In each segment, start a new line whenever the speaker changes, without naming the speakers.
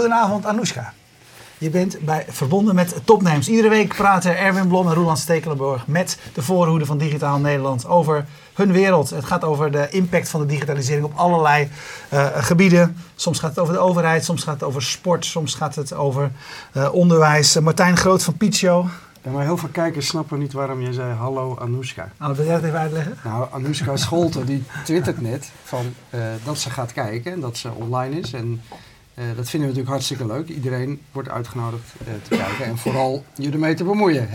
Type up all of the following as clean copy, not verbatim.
Goedenavond, Anoushka. Je bent verbonden met Topnames. Iedere week praten Erwin Blom en Roeland Stekelenburg met de voorhoede van Digitaal Nederland over hun wereld. Het gaat over de impact van de digitalisering op allerlei gebieden. Soms gaat het over de overheid, soms gaat het over sport, soms gaat het over onderwijs. Martijn Groot van Pietshow.
Ja, maar heel veel kijkers snappen niet waarom jij zei hallo Anoushka.
Wil jij dat even uitleggen?
Nou, Anoushka Scholten die twittert net van, dat ze gaat kijken en dat ze online is. En dat vinden we natuurlijk hartstikke leuk. Iedereen wordt uitgenodigd te kijken en vooral je ermee te bemoeien.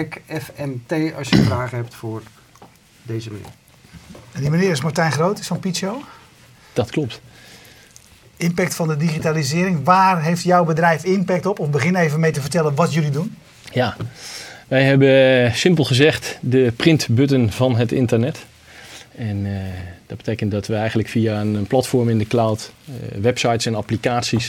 #FMT als je vragen hebt voor deze meneer.
En die meneer is Martijn Groot, is van Pietshow.
Dat klopt.
Impact van de digitalisering. Waar heeft jouw bedrijf impact op? Om begin even mee te vertellen wat jullie doen.
Ja, wij hebben simpel gezegd de printbutton van het internet. En dat betekent dat we eigenlijk via een platform in de cloud websites en applicaties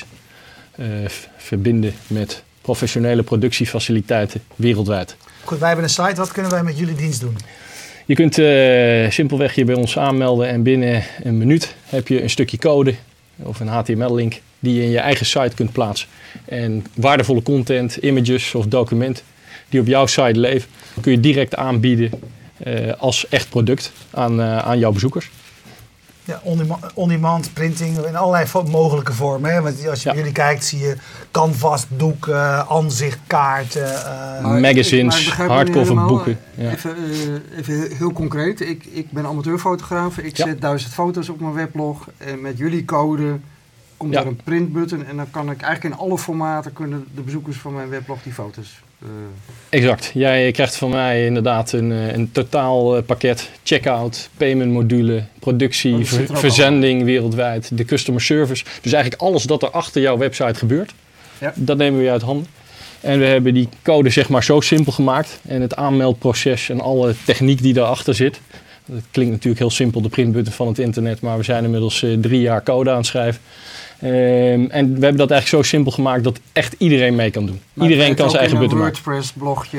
verbinden met professionele productiefaciliteiten wereldwijd.
Goed, wij hebben een site. Wat kunnen wij met jullie dienst doen?
Je kunt simpelweg je bij ons aanmelden en binnen een minuut heb je een stukje code of een HTML-link die je in je eigen site kunt plaatsen. En waardevolle content, images of documenten die op jouw site leven, kun je direct aanbieden als echt product aan jouw bezoekers.
Ja, on-demand printing in allerlei mogelijke vormen. Hè? Want als je bij jullie kijkt, zie je canvas, doeken, aanzichtkaarten.
Magazines, hardcover boeken. Ja.
Even heel concreet. Ik ben amateurfotograaf. Ik zet 1000 foto's op mijn weblog. En met jullie code komt er een printbutton. En dan kan ik eigenlijk in alle formaten kunnen de bezoekers van mijn weblog die foto's.
Exact. Jij krijgt van mij inderdaad een totaal pakket. Checkout, payment module, productie, verzending wereldwijd, de customer service. Dus eigenlijk alles dat er achter jouw website gebeurt, dat nemen we uit handen. En we hebben die code zeg maar zo simpel gemaakt. En het aanmeldproces en alle techniek die daarachter zit. Dat klinkt natuurlijk heel simpel, de printbutton van het internet. Maar we zijn inmiddels 3 jaar code aan het schrijven. En we hebben dat eigenlijk zo simpel gemaakt dat echt iedereen mee kan doen. Maar iedereen kan zijn eigen button maken.
WordPress blogje.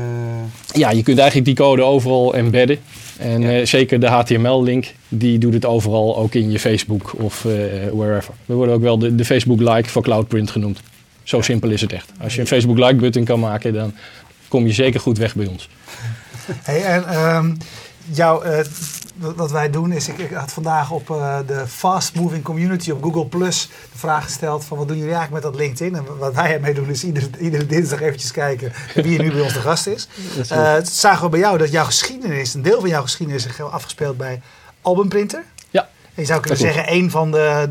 Ja, je kunt eigenlijk die code overal embedden. En zeker de HTML-link, die doet het overal, ook in je Facebook of wherever. We worden ook wel de Facebook-like voor Cloudprint genoemd. Zo simpel is het echt. Als je een Facebook-like-button kan maken, dan kom je zeker goed weg bij ons.
Wat wij doen is, ik had vandaag op de Fast Moving Community op Google Plus de vraag gesteld van wat doen jullie eigenlijk met dat LinkedIn? En wat wij ermee doen is iedere dinsdag eventjes kijken wie er nu bij ons de gast is. Zagen we bij jou dat jouw geschiedenis, een deel van jouw geschiedenis is afgespeeld bij Albumprinter.
Ja.
En je zou kunnen zeggen, een van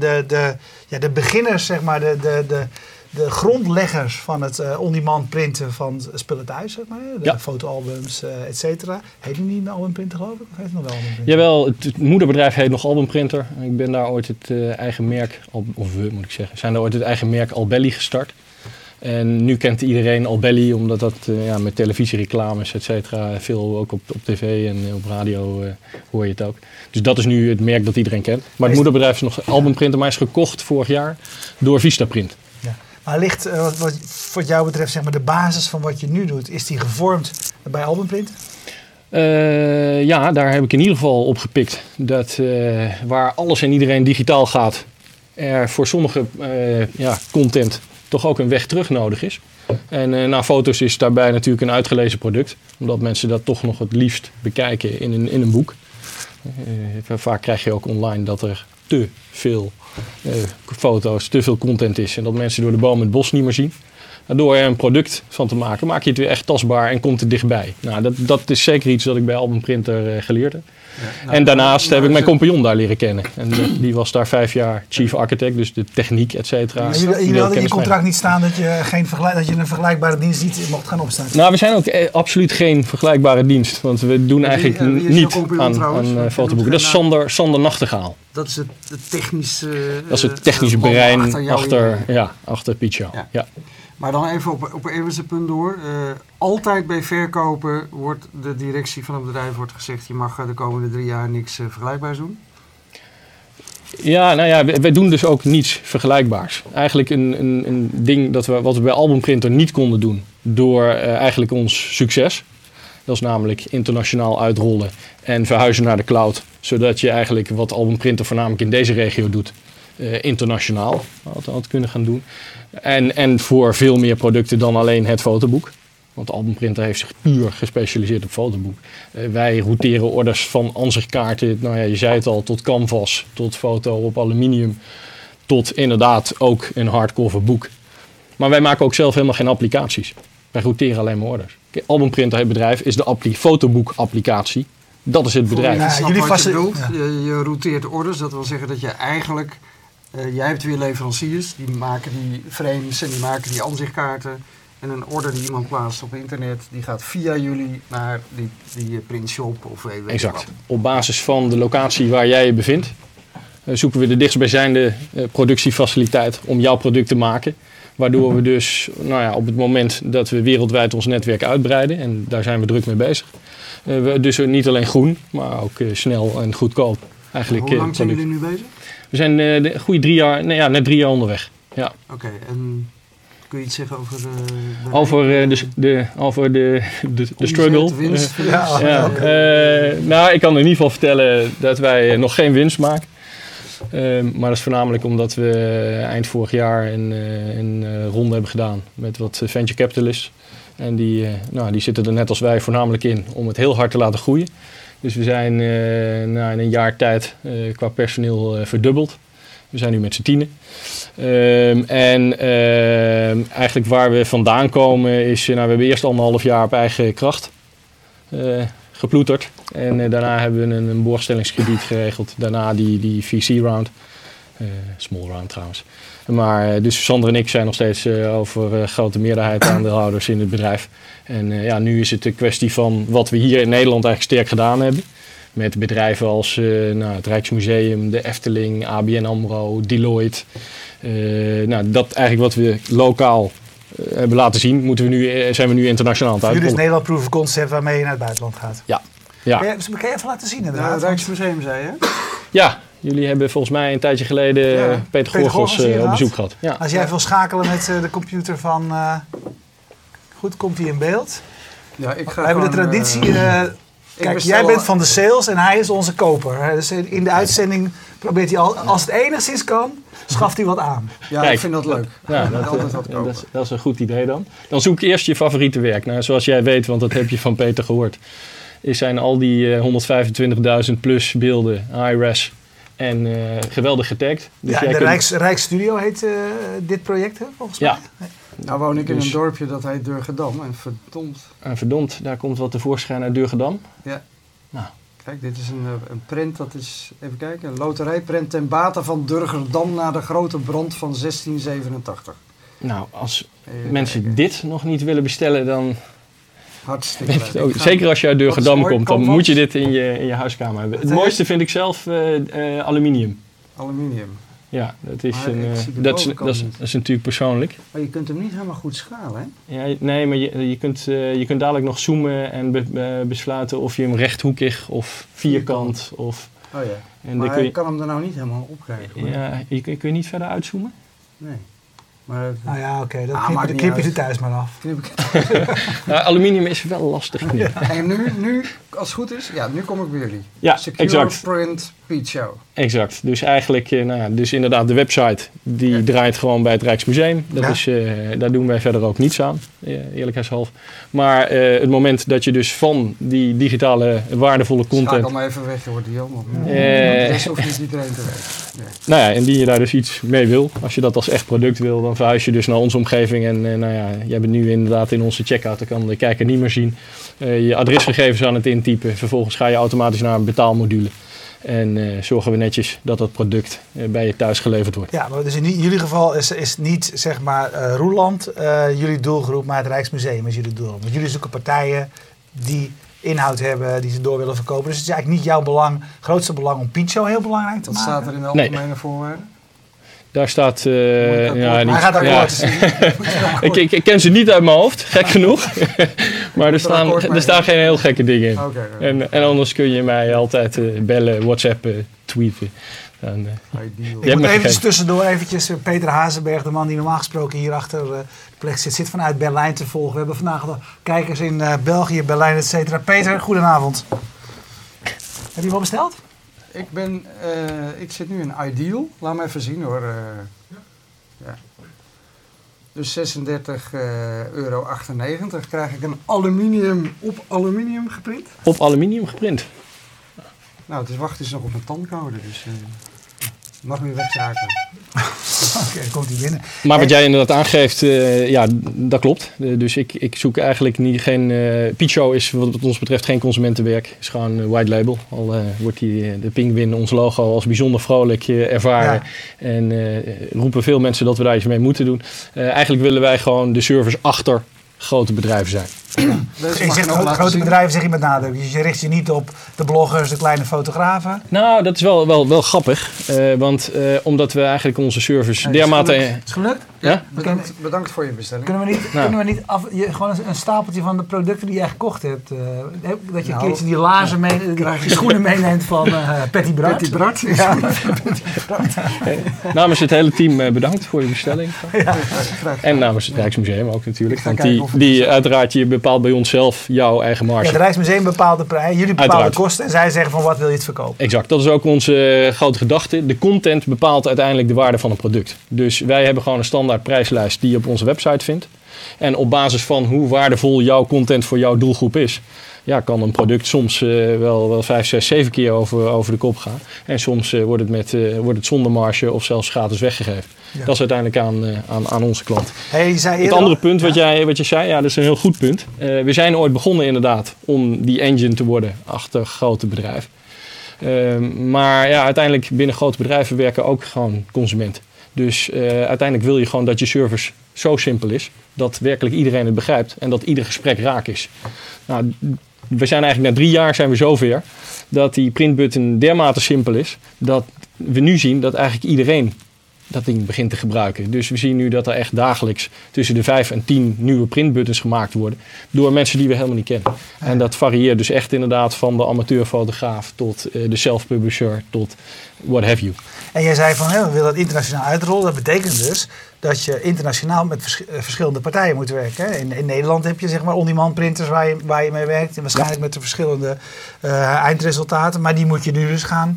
de beginners, zeg maar, de grondleggers van het on-demand printen van spullen thuis, zeg maar. De fotoalbums, et cetera. Heet die niet een albumprinter, geloof ik? Of heet het nog wel albumprinter?
Jawel, het moederbedrijf heet nog Albumprinter. Ik ben daar ooit het eigen merk, of we moet ik zeggen, zijn daar ooit het eigen merk Albelly gestart. En nu kent iedereen Albelly, omdat dat met televisiereclames, et cetera, veel ook op tv en op radio hoor je het ook. Dus dat is nu het merk dat iedereen kent. Maar het moederbedrijf is nog Albumprinter, maar is gekocht vorig jaar door Vistaprint.
Ja. Maar ligt wat jou betreft, zeg maar, de basis van wat je nu doet, is die gevormd bij Albumprint?
Ja, daar heb ik in ieder geval op gepikt. Dat waar alles en iedereen digitaal gaat, er voor sommige content toch ook een weg terug nodig is. En foto's is daarbij natuurlijk een uitgelezen product. Omdat mensen dat toch nog het liefst bekijken in een boek. Vaak krijg je ook online dat er te veel foto's, te veel content is. En dat mensen door de boom het bos niet meer zien. Door er een product van te maken, maak je het weer echt tastbaar en komt het dichtbij. Nou, dat is zeker iets dat ik bij Albumprinter geleerd heb. Ja, en daarnaast heb ik mijn compagnon daar leren kennen. En die was daar 5 jaar chief architect, dus de techniek, et cetera.
Je had in je contract niet staan dat je een vergelijkbare dienst niet mocht gaan opstaan?
Nou, we zijn ook absoluut geen vergelijkbare dienst. Want we doen eigenlijk niet aan fotoboeken. Dat is Sander Nachtegaal.
Dat is het technische...
Dat is het technische brein achter Pietshow. Ja.
Maar dan even op eerste punt door. Altijd bij verkopen wordt de directie van het bedrijf gezegd, je mag de komende 3 jaar niks vergelijkbaars doen.
Ja, nou ja, wij doen dus ook niets vergelijkbaars. Eigenlijk een ding wat we bij Albumprinter niet konden doen door eigenlijk ons succes. Dat is namelijk internationaal uitrollen en verhuizen naar de cloud. Zodat je eigenlijk wat Albumprinter voornamelijk in deze regio doet, internationaal had kunnen gaan doen. En voor veel meer producten dan alleen het fotoboek. Want Albumprinter heeft zich puur gespecialiseerd op fotoboek. Wij routeren orders van ansichtkaarten, nou ja, je zei het al, tot canvas, tot foto op aluminium, tot inderdaad ook een hardcover boek. Maar wij maken ook zelf helemaal geen applicaties. Wij routeren alleen maar orders. Albumprinter, het bedrijf, is de fotoboek-applicatie. Dat is het bedrijf.
Ja, jullie je routeert orders, dat wil zeggen dat je eigenlijk... jij hebt weer leveranciers, die maken die frames en die maken die ansichtkaarten. En een order die iemand plaatst op internet, die gaat via jullie naar die printshop of weet
exact.
Wat.
Op basis van de locatie waar jij je bevindt, zoeken we de dichtstbijzijnde productiefaciliteit om jouw product te maken. Waardoor we dus op het moment dat we wereldwijd ons netwerk uitbreiden, en daar zijn we druk mee bezig, we dus niet alleen groen, maar ook snel en goedkoop. Eigenlijk,
hoe lang zijn jullie nu bezig?
We zijn de goede 3 jaar, net 3 jaar onderweg. Ja.
Oké, en kun je iets zeggen
over de struggle?
De winst,
ik kan in ieder geval vertellen dat wij nog geen winst maken. Maar dat is voornamelijk omdat we eind vorig jaar een ronde hebben gedaan met wat venture capitalists. En die zitten er net als wij voornamelijk in om het heel hard te laten groeien. Dus we zijn in een jaar tijd qua personeel verdubbeld. We zijn nu met z'n 10. Eigenlijk waar we vandaan komen is... we hebben eerst 1,5 jaar op eigen kracht geploeterd. En daarna hebben we een borgstellingskrediet geregeld. Daarna die VC-round. Small round trouwens. Maar dus Sander en ik zijn nog steeds over grote meerderheid aandeelhouders in het bedrijf. En nu is het een kwestie van wat we hier in Nederland eigenlijk sterk gedaan hebben. Met bedrijven als het Rijksmuseum, de Efteling, ABN AMRO, Deloitte. Dat eigenlijk wat we lokaal hebben laten zien, zijn we nu internationaal aan het uitrollen.
Jullie is Nederland Proof of Concept waarmee je naar het buitenland gaat.
Ja.
Kan je even laten zien inderdaad?
Het Rijksmuseum zei je?
Ja, jullie hebben volgens mij een tijdje geleden Peter Gorgels op bezoek gehad. Ja.
Als jij wil schakelen met de computer van... goed, komt hij in beeld?
Ja,
we hebben de traditie... Kijk, jij bent van de sales en hij is onze koper. Dus in de uitzending probeert hij als het enigszins kan, schaft hij wat aan.
Ja, Kijk, ik vind dat leuk.
Ja, dat is een goed idee dan. Dan zoek eerst je favoriete werk. Nou, zoals jij weet, want dat heb je van Peter gehoord, zijn al die 125.000 plus beelden high-res en geweldig getagd. Dus
de Rijksstudio heet dit project, hè, volgens mij.
Nou woon ik in een dorpje dat heet Durgedam en
verdomd, daar komt wat tevoorschijn uit Durgedam.
Ja. Nou. Kijk, dit is een print, dat is, even kijken, een loterijprint ten bate van Durgedam na de grote brand van 1687.
Nou, als mensen dit nog niet willen bestellen, dan...
Hartstikke leuk.
Zeker als je uit Durgedam komt, dan moet je dit in je huiskamer hebben. Het mooiste vind ik zelf aluminium.
Aluminium.
Ja, dat is natuurlijk persoonlijk.
Maar je kunt hem niet helemaal goed schalen, hè?
Ja, nee, maar je kunt dadelijk nog zoomen en besluiten of je hem rechthoekig of vierkant of...
Oh ja, en maar je kan hem er nou niet helemaal opkrijgen.
Ja, kun je niet verder uitzoomen?
Nee. Maar,
nou ja, oké, dat knip je er thuis maar af.
Aluminium is wel lastig knippen.
Ja. En nu, als het goed is, nu kom ik bij jullie.
Ja,
Secure
exact.
Print Pete Show.
Exact. Dus eigenlijk, dus inderdaad de website, die draait gewoon bij het Rijksmuseum. Daar doen wij verder ook niets aan, eerlijkheidshalve. Maar het moment dat je dus van die digitale waardevolle content...
Schakel maar even weg, je wordt die helemaal. Dat hoeft niet iedereen te weten. Nee.
Nou ja, indien je daar dus iets mee wil, als je dat als echt product wil, dan verhuis je dus naar onze omgeving. En jij bent nu inderdaad in onze checkout, dan kan de kijker niet meer zien. Je adresgegevens aan het intypen. Vervolgens ga je automatisch naar een betaalmodule. En zorgen we netjes dat dat product bij je thuis geleverd wordt.
Ja, maar dus in jullie geval is niet zeg maar Roeland jullie doelgroep, maar het Rijksmuseum is jullie doelgroep. Want jullie zoeken partijen die inhoud hebben, die ze door willen verkopen. Dus het is eigenlijk niet jouw grootste belang om Pete Show heel belangrijk te maken.
Dat staat er in de algemene voorwaarden?
Daar staat...
hij gaat akkoord.
Ik ken ze niet uit mijn hoofd, gek genoeg. Maar er staan geen heel gekke dingen in.
Okay.
En anders kun je mij altijd bellen, whatsappen, tweeten.
Ik moet eventjes tussendoor Peter Hazenberg, de man die normaal gesproken hier achter de plek zit vanuit Berlijn te volgen. We hebben vandaag kijkers in België, Berlijn, et cetera. Peter, goedenavond. Heb je wat besteld?
Ik zit nu in Ideal. Laat me even zien hoor. Ja. Dus €36,98 krijg ik een op aluminium geprint.
Op aluminium geprint.
Nou, het wacht is nog op een tandcode, dus mag weer wegzaken.
Oké, dan komt hij binnen.
Maar wat jij inderdaad aangeeft, ja, dat klopt. Dus ik zoek eigenlijk geen... Picho is wat ons betreft geen consumentenwerk. Het is gewoon white label. Al wordt de Penguin, ons logo, als bijzonder vrolijk ervaren. Ja. En roepen veel mensen dat we daar iets mee moeten doen. Eigenlijk willen wij gewoon de service achter grote bedrijven zijn.
Je zegt grote bedrijven, zeg je met nadruk. Dus je richt je niet op de bloggers, de kleine fotografen?
Nou, dat is wel grappig. Want omdat we eigenlijk onze service dermate...
Is het gelukt?
Ja?
Bedankt voor je bestelling.
Kunnen we niet gewoon een stapeltje van de producten die jij gekocht hebt? Dat je een keertje die laarzen die schoenen meeneemt van Patty Bart.
Patty Bart.
Ja.
Namens het hele team bedankt voor je bestelling. Ja. En namens het Rijksmuseum ook natuurlijk. Want die uiteraard, je bepaalt bij onszelf jouw eigen marge.
Ja, het Rijksmuseum bepaalt de prijs, jullie bepalen
uiteraard
de kosten en zij zeggen van wat wil je het verkopen.
Exact, dat is ook onze grote gedachte. De content bepaalt uiteindelijk de waarde van een product. Dus wij hebben gewoon een standaard prijslijst die je op onze website vindt. En op basis van hoe waardevol jouw content voor jouw doelgroep is, ja, kan een product soms wel 5, 6, 7 keer over de kop gaan. En soms wordt het zonder marge of zelfs gratis weggegeven. Ja. Dat is uiteindelijk aan onze klant.
Hey, je zei
het andere punt wat je zei, ja, dat is een heel goed punt. We zijn ooit begonnen inderdaad om die engine te worden achter grote bedrijven. Maar ja, uiteindelijk binnen grote bedrijven werken ook gewoon consumenten. Dus uiteindelijk wil je gewoon dat je service zo simpel is dat werkelijk iedereen het begrijpt en dat ieder gesprek raak is. Nou, we zijn eigenlijk na 3 jaar zijn we zover dat die printbutton dermate simpel is dat we nu zien dat eigenlijk iedereen dat ding begint te gebruiken. Dus we zien nu dat er echt dagelijks tussen de 5 en 10 nieuwe printbuttons gemaakt worden door mensen die we helemaal niet kennen. Ja. En dat varieert dus echt inderdaad van de amateurfotograaf tot de self-publisher tot what have you.
En jij zei van we willen dat internationaal uitrollen. Dat betekent dus dat je internationaal met verschillende partijen moet werken. Hè? In Nederland heb je zeg maar on-demand printers waar je mee werkt. En waarschijnlijk met de verschillende eindresultaten. Maar die moet je nu dus gaan...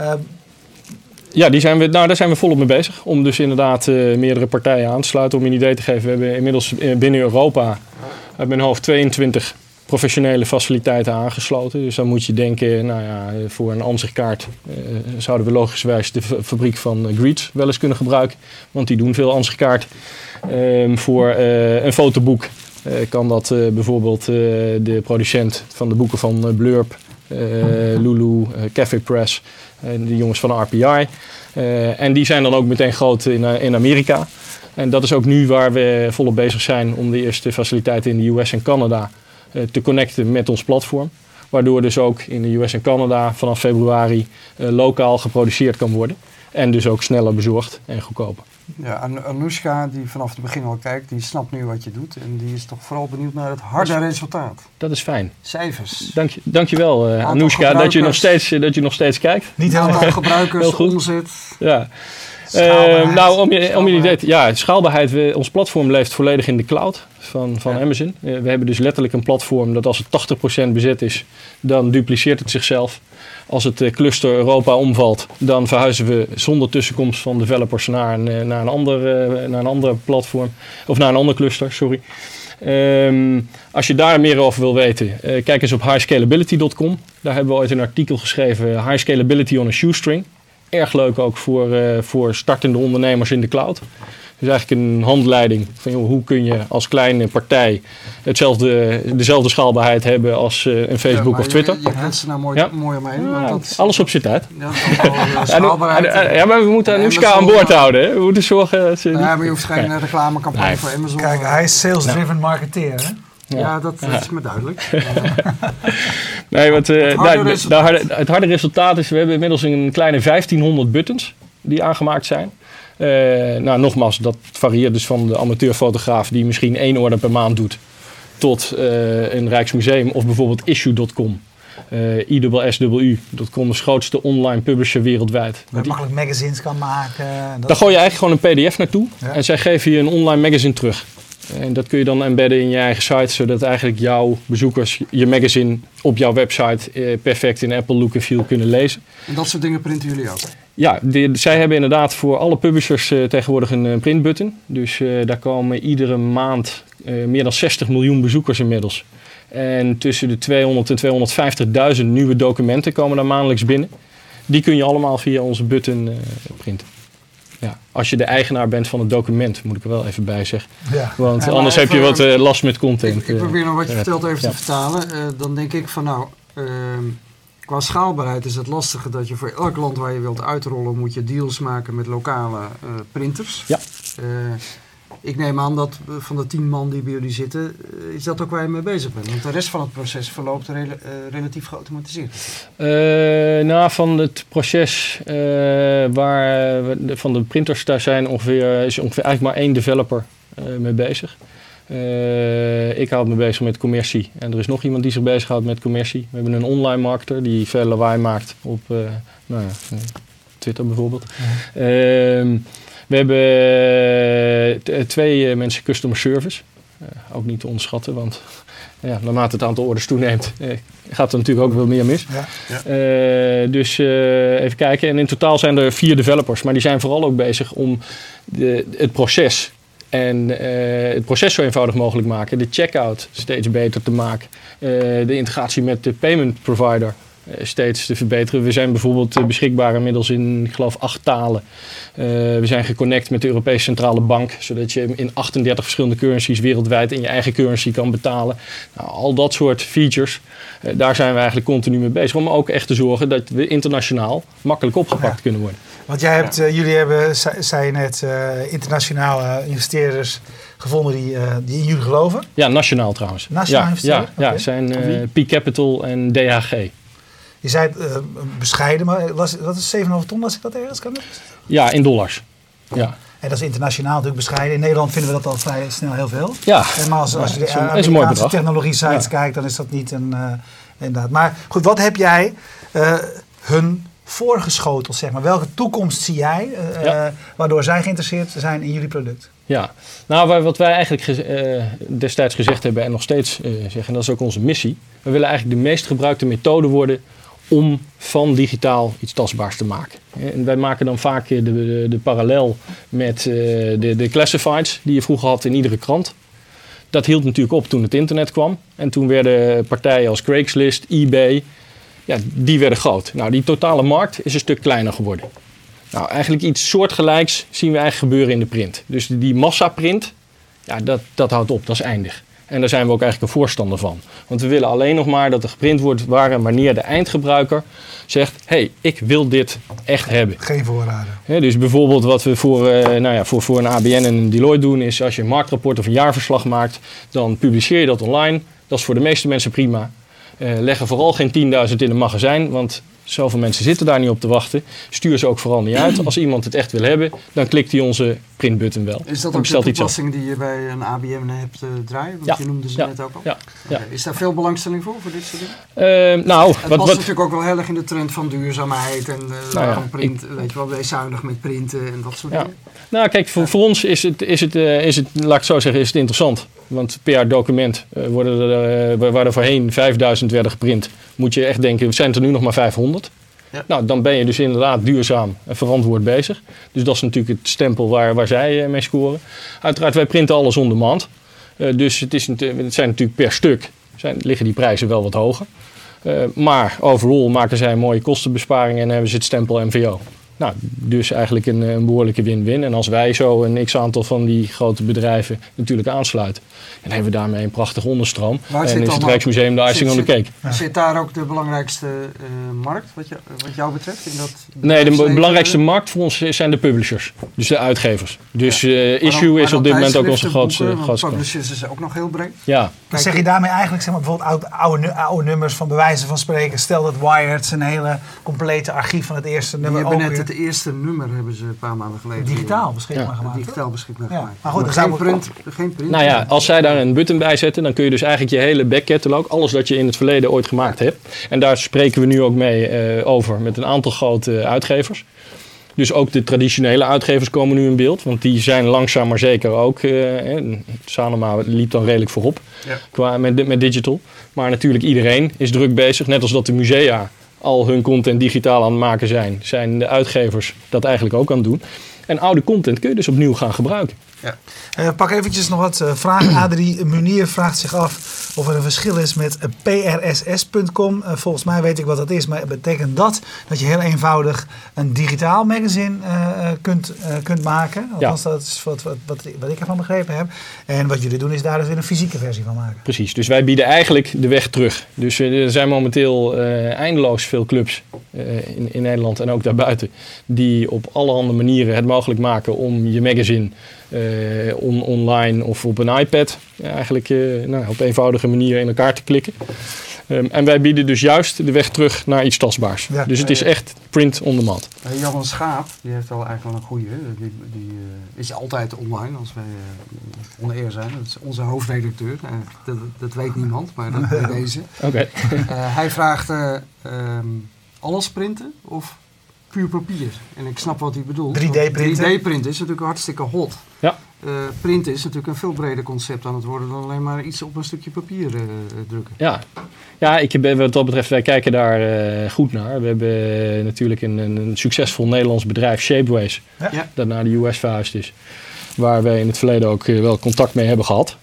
Ja, daar zijn we volop mee bezig. Om dus inderdaad meerdere partijen aan te sluiten. Om je een idee te geven, we hebben inmiddels binnen Europa uit mijn hoofd 22 professionele faciliteiten aangesloten. Dus dan moet je denken, nou ja, voor een ansichtkaart zouden we logischerwijs de fabriek van Greets wel eens kunnen gebruiken. Want die doen veel ansichtkaart. Voor een fotoboek kan dat bijvoorbeeld de producent van de boeken van Blurb, Lulu, Café Press, de jongens van de RPI. En die zijn dan ook meteen groot in Amerika. En dat is ook nu waar we volop bezig zijn om de eerste faciliteiten in de US en Canada te connecten met ons platform. Waardoor dus ook in de US en Canada vanaf februari lokaal geproduceerd kan worden. En dus ook sneller bezorgd en goedkoper.
Ja, Anoushka, die vanaf het begin al kijkt, die snapt nu wat je doet. En die is toch vooral benieuwd naar het harde resultaat.
Dat is fijn.
Cijfers.
Dankjewel Anoushka, dat je nog steeds kijkt.
Niet aantal gebruikers, omzet.
Ja. Om je idee te... Ja, schaalbaarheid. Ons platform leeft volledig in de cloud van Amazon. We hebben dus letterlijk een platform dat als het 80% bezet is, dan dupliceert het zichzelf. Als het cluster Europa omvalt, dan verhuizen we zonder tussenkomst van developers naar een ander platform. Of naar een ander cluster, sorry. Als je daar meer over wil weten, kijk eens op highscalability.com. Daar hebben we ooit een artikel geschreven, High Scalability on a Shoestring. Erg leuk ook voor startende ondernemers in de cloud. Dus eigenlijk een handleiding van hoe kun je als kleine partij dezelfde schaalbaarheid hebben als een Facebook of Twitter.
Je kent ze nou mooi omheen.
Alles op z'n tijd.
Ja,
maar we moeten Anoushka aan boord houden. Hè? We moeten zorgen dat ze...
maar je hoeft geen reclamecampagne voor Amazon.
Kijk, hij is sales-driven marketeer, hè?
Ja, dat is me duidelijk.
Nee, het harde resultaat is, we hebben inmiddels een kleine 1500 buttons die aangemaakt zijn. Nogmaals, dat varieert dus van de amateurfotograaf die misschien 1 order per maand doet, tot een Rijksmuseum of bijvoorbeeld issue.com. ISSU.com, de grootste online publisher wereldwijd.
Waar je makkelijk magazines kan maken.
Daar gooi je eigenlijk gewoon een pdf naartoe en zij geven je een online magazine terug. En dat kun je dan embedden in je eigen site, zodat eigenlijk jouw bezoekers je magazine op jouw website perfect in Apple look en feel kunnen lezen.
En dat soort dingen printen jullie ook?
Ja, zij hebben inderdaad voor alle publishers tegenwoordig een printbutton. Dus daar komen iedere maand meer dan 60 miljoen bezoekers inmiddels. En tussen de 200 en 250.000 nieuwe documenten komen daar maandelijks binnen. Die kun je allemaal via onze button printen. Ja, als je de eigenaar bent van het document, moet ik er wel even bij zeggen. Ja. Want anders heb je wat last met content.
Ik probeer nog wat je vertelt even te vertalen. Dan denk ik van qua schaalbaarheid is het lastige dat je voor elk land waar je wilt uitrollen, moet je deals maken met lokale printers.
Ja.
Ik neem aan dat van de 10 man die bij jullie zitten, is dat ook waar je mee bezig bent? Want de rest van het proces verloopt relatief geautomatiseerd.
Van het proces van de printers, daar is ongeveer eigenlijk maar 1 developer mee bezig. Ik houd me bezig met commercie en er is nog iemand die zich bezighoudt met commercie. We hebben een online marketer die veel lawaai maakt op Twitter bijvoorbeeld. Ja. We hebben 2 mensen customer service. Ook niet te onderschatten, want naarmate het aantal orders toeneemt, gaat er natuurlijk ook wel meer mis. Ja. Dus even kijken. En in totaal zijn er 4 developers, maar die zijn vooral ook bezig om het proces zo eenvoudig mogelijk maken. De checkout steeds beter te maken. De integratie met de payment provider steeds te verbeteren. We zijn bijvoorbeeld beschikbaar inmiddels in, ik geloof, 8 talen. We zijn geconnect met de Europese Centrale Bank, zodat je in 38 verschillende currencies wereldwijd in je eigen currency kan betalen. Nou, al dat soort features, daar zijn we eigenlijk continu mee bezig. Om ook echt te zorgen dat we internationaal makkelijk opgepakt kunnen worden.
Want jullie hebben, zei je net, internationale investeerders gevonden die in jullie geloven?
Ja, nationaal trouwens.
Nationaal investeerders?
Ja, zijn P Capital en DHG.
Je zei bescheiden, maar dat is 7,5 ton, als ik dat ergens kan doen?
Ja, in dollars. Ja.
En dat is internationaal natuurlijk bescheiden. In Nederland vinden we dat al vrij snel heel veel.
Ja.
Maar als je de Amerikaanse technologie-sites kijkt, dan is dat niet inderdaad. Maar goed, wat heb jij hun voorgeschoteld, zeg maar? Welke toekomst zie jij, waardoor zij geïnteresseerd zijn in jullie product?
Ja, nou wat wij eigenlijk destijds gezegd hebben en nog steeds zeggen, en dat is ook onze missie. We willen eigenlijk de meest gebruikte methode worden om van digitaal iets tastbaars te maken. En wij maken dan vaak de parallel met de classifieds die je vroeger had in iedere krant. Dat hield natuurlijk op toen het internet kwam. En toen werden partijen als Craigslist, eBay, die werden groot. Nou, die totale markt is een stuk kleiner geworden. Nou, eigenlijk iets soortgelijks zien we eigenlijk gebeuren in de print. Dus die massaprint, dat houdt op, dat is eindig. En daar zijn we ook eigenlijk een voorstander van. Want we willen alleen nog maar dat er geprint wordt waar en wanneer de eindgebruiker zegt, ik wil dit echt hebben.
Geen voorraden.
Dus bijvoorbeeld wat we voor een ABN en een Deloitte doen, is als je een marktrapport of een jaarverslag maakt, dan publiceer je dat online. Dat is voor de meeste mensen prima. Leg er vooral geen 10.000 in een magazijn, want zoveel mensen zitten daar niet op te wachten. Stuur ze ook vooral niet uit. Als iemand het echt wil hebben, dan klikt hij onze printbutton wel.
Is dat ook de toepassing die je bij een ABM hebt draaien? Want je noemde ze net ook al.
Ja.
Okay. Is daar veel belangstelling voor dit soort dingen? Het past natuurlijk ook wel heel erg in de trend van duurzaamheid en van print. Weet je wel, wees zuinig met printen en dat soort dingen.
Nou kijk, voor ons is het, laat ik zo zeggen, is het interessant. Want per document waar er voorheen 5000 werden geprint, moet je echt denken, we zijn er nu nog maar 500. Ja. Nou, dan ben je dus inderdaad duurzaam en verantwoord bezig. Dus dat is natuurlijk het stempel waar zij mee scoren. Uiteraard, wij printen alles on demand. Dus het zijn natuurlijk per stuk, liggen die prijzen wel wat hoger. Maar overal maken zij mooie kostenbesparingen en hebben ze het stempel MVO. Nou, dus eigenlijk een behoorlijke win-win. En als wij zo een x-aantal van die grote bedrijven natuurlijk aansluiten, dan hebben we daarmee een prachtige onderstroom. En is het Rijksmuseum de icing on the cake.
Zit daar ook de belangrijkste markt wat jou betreft?
Nee, de belangrijkste markt voor ons zijn de publishers. Dus de uitgevers. Dus Issue is op dit moment ook onze grootste.
Publishers is ook nog heel breed.
Ja.
Dan zeg je daarmee eigenlijk, zeg maar, bijvoorbeeld oude nummers van bewijzen van spreken. Stel dat Wired zijn hele complete archief van het eerste nummer ook weer.
Het eerste nummer hebben ze een paar maanden geleden
digitaal beschikbaar gemaakt.
Digitaal beschikbaar gemaakt.
Maar goed,
geen print.
Nou ja, als zij daar een button bij zetten, dan kun je dus eigenlijk je hele backcatalog, alles dat je in het verleden ooit gemaakt hebt. En daar spreken we nu ook mee over met een aantal grote uitgevers. Dus ook de traditionele uitgevers komen nu in beeld. Want die zijn langzaam maar zeker ook. Sanoma liep dan redelijk voorop met digital. Maar natuurlijk iedereen is druk bezig. Net als dat de musea al hun content digitaal aan het maken zijn de uitgevers dat eigenlijk ook aan het doen. En oude content kun je dus opnieuw gaan gebruiken.
Ja. Pak eventjes nog wat vragen. Adrie Munier vraagt zich af of er een verschil is met prss.com. Volgens mij weet ik wat dat is, maar betekent dat je heel eenvoudig een digitaal magazine kunt maken? Althans, dat is wat ik ervan begrepen heb. En wat jullie doen is daar dus weer een fysieke versie van maken.
Precies, dus wij bieden eigenlijk de weg terug. Dus er zijn momenteel eindeloos veel clubs in Nederland en ook daarbuiten die op allerhande manieren het mogelijk maken om je magazine online of op een iPad eigenlijk op eenvoudige manier in elkaar te klikken. En wij bieden dus juist de weg terug naar iets tastbaars. Ja, dus het is echt print on demand.
Jan Schaap, die heeft al eigenlijk wel een goede. Die is altijd online als wij on-air zijn. Dat is onze hoofdredacteur. Dat weet niemand, maar dat bij deze.
Okay.
Hij vraagt alles printen of puur papier. En ik snap wat hij bedoelt.
3D-printen.
3D-printen is natuurlijk hartstikke hot.
Ja.
Printen is natuurlijk een veel breder concept aan het worden dan alleen maar iets op een stukje papier drukken.
Ja, wat dat betreft, wij kijken daar goed naar. We hebben natuurlijk een succesvol Nederlands bedrijf, Shapeways, dat naar de US verhuisd is. Waar wij in het verleden ook wel contact mee hebben gehad.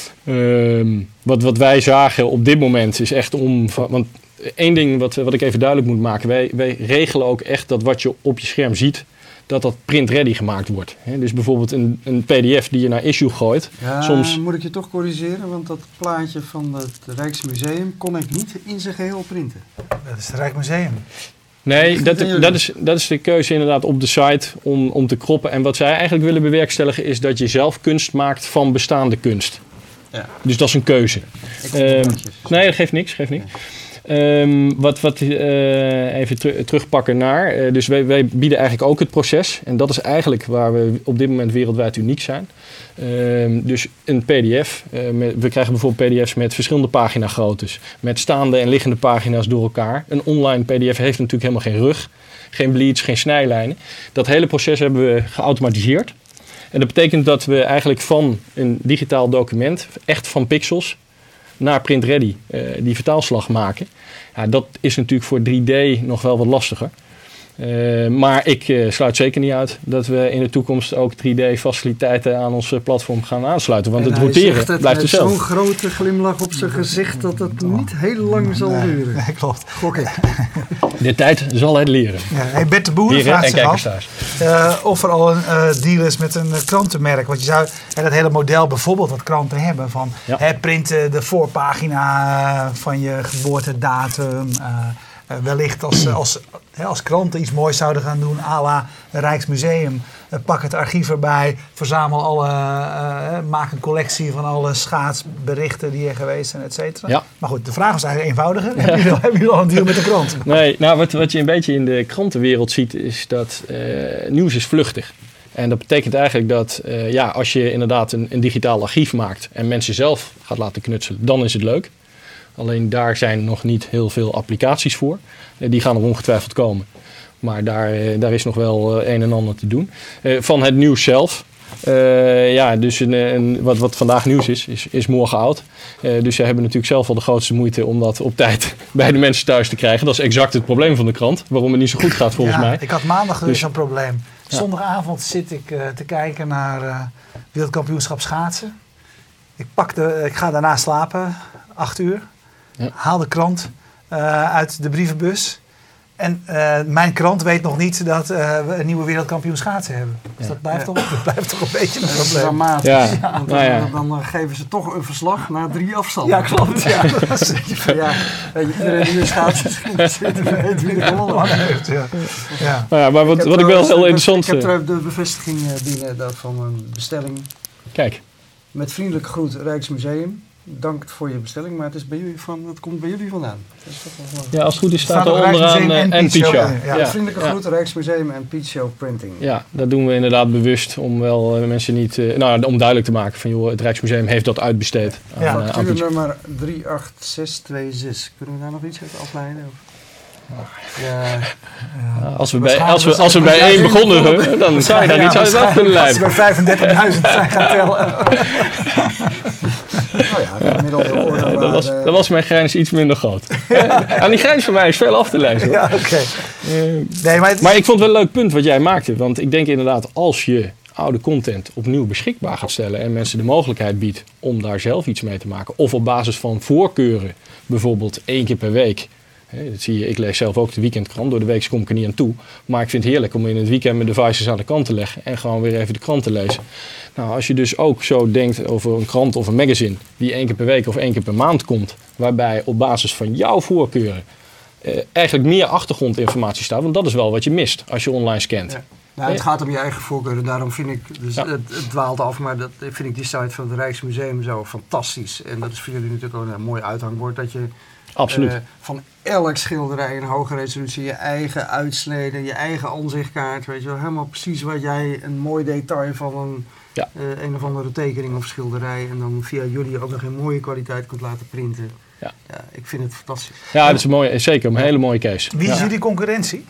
Wat wij zagen op dit moment is echt want één ding wat ik even duidelijk moet maken. Wij regelen ook echt dat wat je op je scherm ziet, dat print-ready gemaakt wordt. Dus bijvoorbeeld een pdf die je naar Issue gooit.
Ja,
soms
moet ik je toch corrigeren, want dat plaatje van het Rijksmuseum kon ik niet in zijn geheel printen.
Dat is het Rijksmuseum.
Nee, dat is de keuze inderdaad op de site om te kroppen. En wat zij eigenlijk willen bewerkstelligen is dat je zelf kunst maakt van bestaande kunst. Ja. Dus dat is een keuze. Nee, dat geeft niks. Even terugpakken naar. Dus wij bieden eigenlijk ook het proces. En dat is eigenlijk waar we op dit moment wereldwijd uniek zijn. Dus een pdf. We krijgen bijvoorbeeld pdf's met verschillende paginagroottes. Met staande en liggende pagina's door elkaar. Een online pdf heeft natuurlijk helemaal geen rug. Geen bleeds, geen snijlijnen. Dat hele proces hebben we geautomatiseerd. En dat betekent dat we eigenlijk van een digitaal document, echt van pixels, naar print ready, die vertaalslag maken. Ja, dat is natuurlijk voor 3D nog wel wat lastiger. Maar ik sluit zeker niet uit dat we in de toekomst ook 3D-faciliteiten aan ons platform gaan aansluiten. Want het roteren blijft hetzelfde.
Zo'n grote glimlach op zijn gezicht dat het niet heel lang zal duren.
Nee, klopt.
Gok ik.
De tijd zal het leren.
Ja, Bert de Boer vraagt zich af of er al een deal is met een krantenmerk. Want je zou dat hele model bijvoorbeeld wat kranten hebben van printen de voorpagina van je geboortedatum. Wellicht als kranten iets moois zouden gaan doen, à la Rijksmuseum. Pak het archief erbij, verzamel maak een collectie van alle schaatsberichten die er geweest zijn, et cetera. Ja. Maar goed, de vraag is eigenlijk eenvoudiger. Ja. Hebben jullie al een deal met de krant?
Nee, nou wat je een beetje in de krantenwereld ziet, is dat nieuws is vluchtig. En dat betekent eigenlijk dat als je inderdaad een digitaal archief maakt en mensen zelf gaat laten knutselen, dan is het leuk. Alleen daar zijn nog niet heel veel applicaties voor. Die gaan er ongetwijfeld komen. Maar daar is nog wel een en ander te doen. Van het nieuws zelf. Dus wat vandaag nieuws is morgen oud. Dus ze hebben natuurlijk zelf al de grootste moeite om dat op tijd bij de mensen thuis te krijgen. Dat is exact het probleem van de krant. Waarom het niet zo goed gaat volgens mij.
Ik had maandag dus een probleem. Zondagavond zit ik te kijken naar wereldkampioenschap schaatsen. Ik ga daarna slapen, 8 uur. Ja. Haal de krant uit de brievenbus. En mijn krant weet nog niet dat we een nieuwe wereldkampioen schaatsen hebben. Dus dat blijft toch een beetje een probleem.
Dramatisch. Dan geven ze toch een verslag na 3 afstanden.
Ja, klopt. Ja.
Iedereen die weer schaatsen weet wie de gewonnen heeft.
Maar wat ik wel heel interessant vind.
Ik heb de bevestiging binnen van een bestelling.
Kijk.
Met vriendelijke groet Rijksmuseum. Dank voor je bestelling, maar het komt bij jullie vandaan.
Ja, als het goed is staat er onderaan en Piet Show.
Vriendelijke groet, Rijksmuseum en Piet Show Printing.
Ja, dat doen we inderdaad bewust om wel mensen niet... om duidelijk te maken van het Rijksmuseum heeft dat uitbesteed.
Factuurnummer 38626. Kunnen we daar nog iets uit afleiden?
Als we bij 1 begonnen, dan zou je daar niet zo uit af kunnen leiden.
Als we bij 35.000 zijn gaan tellen.
Dan was mijn grijns iets minder groot. Aan die grijns van mij is veel af te lezen.
Ja, oké.
Maar ik vond het wel een leuk punt wat jij maakte. Want ik denk inderdaad, als je oude content opnieuw beschikbaar gaat stellen en mensen de mogelijkheid biedt om daar zelf iets mee te maken. Of op basis van voorkeuren, bijvoorbeeld 1 keer per week. Dat zie je, ik lees zelf ook de weekendkrant. Door de week kom ik er niet aan toe. Maar ik vind het heerlijk om in het weekend mijn devices aan de kant te leggen en gewoon weer even de krant te lezen. Nou, als je dus ook zo denkt over een krant of een magazine die 1 keer per week of 1 keer per maand komt, waarbij op basis van jouw voorkeuren eigenlijk meer achtergrondinformatie staat. Want dat is wel wat je mist als je online scant.
Ja. Nou, het gaat om je eigen voorkeuren. Daarom vind ik, dus het dwaalt af, maar dat vind ik die site van het Rijksmuseum zo fantastisch. En dat is voor jullie natuurlijk ook een mooi uithangbord. Dat je van elk schilderij in hoge resolutie je eigen uitsleden, je eigen aanzichtkaart, weet je wel, helemaal precies wat jij, een mooi detail van een of andere tekening of schilderij en dan via jullie ook nog in mooie kwaliteit kunt laten printen. Ja, ik vind het fantastisch.
Ja, dat is een mooie, zeker een hele mooie case.
Wie is jullie concurrentie?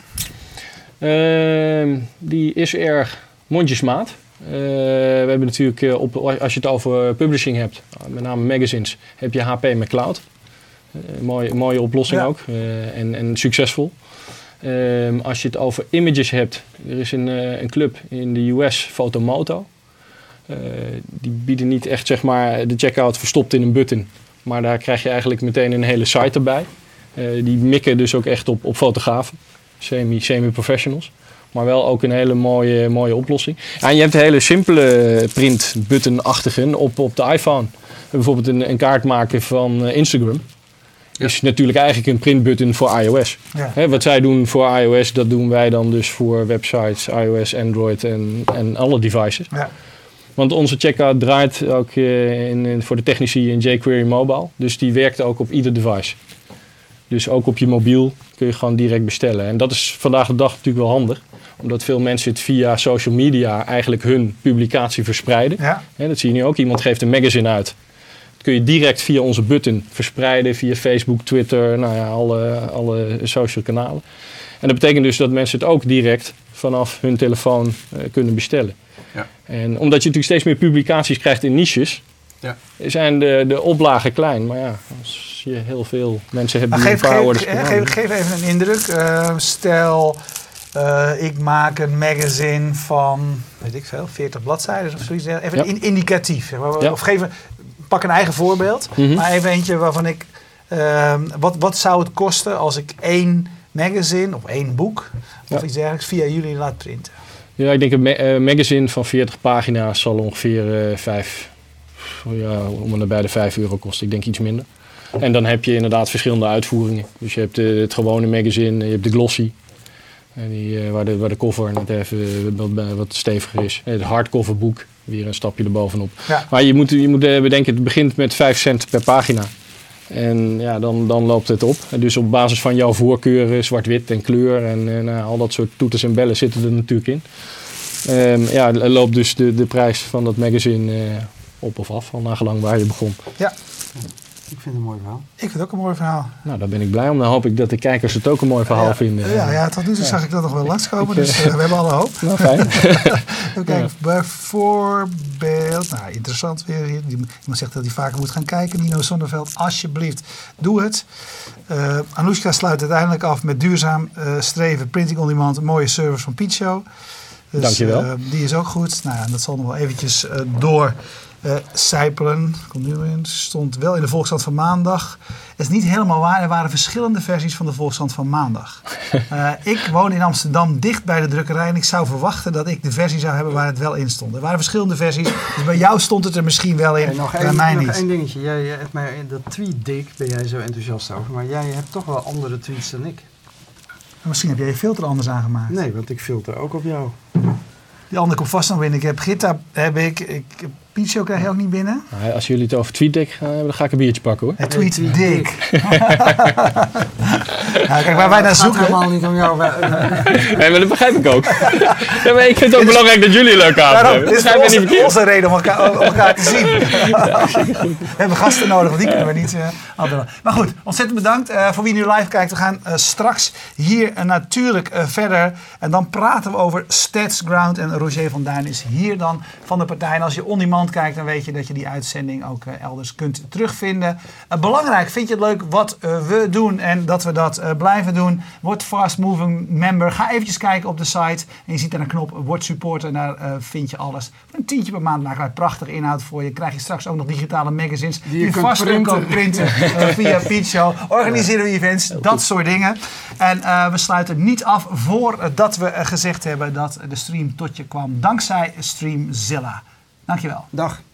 Die is erg mondjesmaat. We hebben natuurlijk, als je het over publishing hebt, met name magazines, heb je HP met Cloud. Mooie oplossing ook en succesvol. Als je het over images hebt, er is een club in de US, Photomoto. Die bieden niet echt zeg maar, de checkout verstopt in een button. Maar daar krijg je eigenlijk meteen een hele site erbij. Die mikken dus ook echt op fotografen. Semi-professionals. Maar wel ook een hele mooie oplossing. En je hebt hele simpele print-button-achtigen op de iPhone. Bijvoorbeeld een kaart maken van Instagram. Is natuurlijk eigenlijk een printbutton voor iOS. Ja. Wat zij doen voor iOS, dat doen wij dan dus voor websites, iOS, Android en alle devices. Ja. Want onze checkout draait ook voor de technici in jQuery Mobile. Dus die werkt ook op ieder device. Dus ook op je mobiel kun je gewoon direct bestellen. En dat is vandaag de dag natuurlijk wel handig. Omdat veel mensen het via social media eigenlijk hun publicatie verspreiden. Ja. Dat zie je nu ook. Iemand geeft een magazine uit. Dat kun je direct via onze button verspreiden. Via Facebook, Twitter, alle social kanalen. En dat betekent dus dat mensen het ook direct vanaf hun telefoon kunnen bestellen. Ja. En omdat je natuurlijk steeds meer publicaties krijgt in niches, zijn de oplagen klein. Maar ja, als je heel veel mensen hebt die een paar orders per maand.
Geef even een indruk. Stel, ik maak een magazine van, weet ik veel, 40 bladzijden of zoiets. Even indicatief. Of pak een eigen voorbeeld. Maar even eentje waarvan ik, wat zou het kosten als ik 1 magazine of 1 boek of iets dergelijks via jullie laat printen?
Ja, ik denk een magazine van 40 pagina's zal ongeveer om en nabij de €5 kosten. Ik denk iets minder. En dan heb je inderdaad verschillende uitvoeringen. Dus je hebt het gewone magazine, je hebt de glossy. Waar de cover net even wat steviger is. Het hardcover boek, weer een stapje erbovenop. Ja. Maar je moet bedenken, het begint met 5 cent per pagina. En ja, dan loopt het op. Dus op basis van jouw voorkeuren, zwart-wit en kleur en al dat soort toeters en bellen zitten er natuurlijk in. Loopt dus de prijs van dat magazine op of af, al nagelang waar je begon.
Ja.
Ik vind het een mooi verhaal.
Ik vind het ook een mooi verhaal.
Nou, daar ben ik blij om. Dan hoop ik dat de kijkers het ook een mooi verhaal vinden.
Ja, tot nu toe zag ik dat nog wel langskomen. Dus we hebben alle hoop.
Nou, fijn.
Even kijken. Bijvoorbeeld, interessant weer. Iemand zegt dat hij vaker moet gaan kijken. Nino Zonneveld, alsjeblieft, doe het. Anoushka sluit uiteindelijk af met duurzaam streven. Printing on demand, een mooie service van Pietshow. Dus,
dankjewel.
Die is ook goed. Nou ja, dat zal nog wel eventjes door sijpelen. Komt nu in. Stond wel in de Volkskrant van maandag. Het is niet helemaal waar. Er waren verschillende versies van de Volkskrant van maandag. Ik woon in Amsterdam dicht bij de drukkerij. En ik zou verwachten dat ik de versie zou hebben waar het wel in stond. Er waren verschillende versies. Dus bij jou stond het er misschien wel in. Bij mij niet.
Nog één dingetje. Jij hebt mij dat tweet-dik ben jij zo enthousiast over. Maar jij hebt toch wel andere tweets dan ik.
Misschien heb jij je filter anders aangemaakt.
Nee, want ik filter ook op jou.
Die andere komt vast nog binnen. Ik heb Gitta, Pietshow krijg je ook niet binnen.
Nou, als jullie het over TweetDeck gaan hebben, dan ga ik een biertje pakken hoor.
TweetDeck. Nou, kijk, waar wij naar
Het gaat
zoeken...
helemaal niet om jou.
Nee, maar dat begrijp ik ook. Ja, maar ik vind het ook belangrijk dat jullie een leuke avond
Daarom,
hebben.
dit
Dat begrijp
is
ik niet verkeerd.
onze reden om elkaar te zien. We hebben gasten nodig, want die kunnen we niet afbellen. Maar goed, ontzettend bedankt voor wie nu live kijkt. We gaan straks hier natuurlijk verder. En dan praten we over StatsGround. En Roger van Duin is hier dan van de partij. En als je on-demand kijkt, dan weet je dat je die uitzending ook elders kunt terugvinden. Belangrijk, vind je het leuk wat we doen en dat we dat blijven doen? Word Fast Moving member. Ga eventjes kijken op de site. En je ziet daar een knop, word supporter. En daar vind je alles. Voor een $10 per maand maken wij prachtige inhoud voor je. Krijg je straks ook nog digitale magazines
Die je kunt
vast
printen.
kan printen via Piet Show. Organiseren we events, dat soort dingen. En we sluiten niet af voordat we gezegd hebben dat de stream tot je kwam. Dankzij Streamzilla. Dankjewel.
Dag.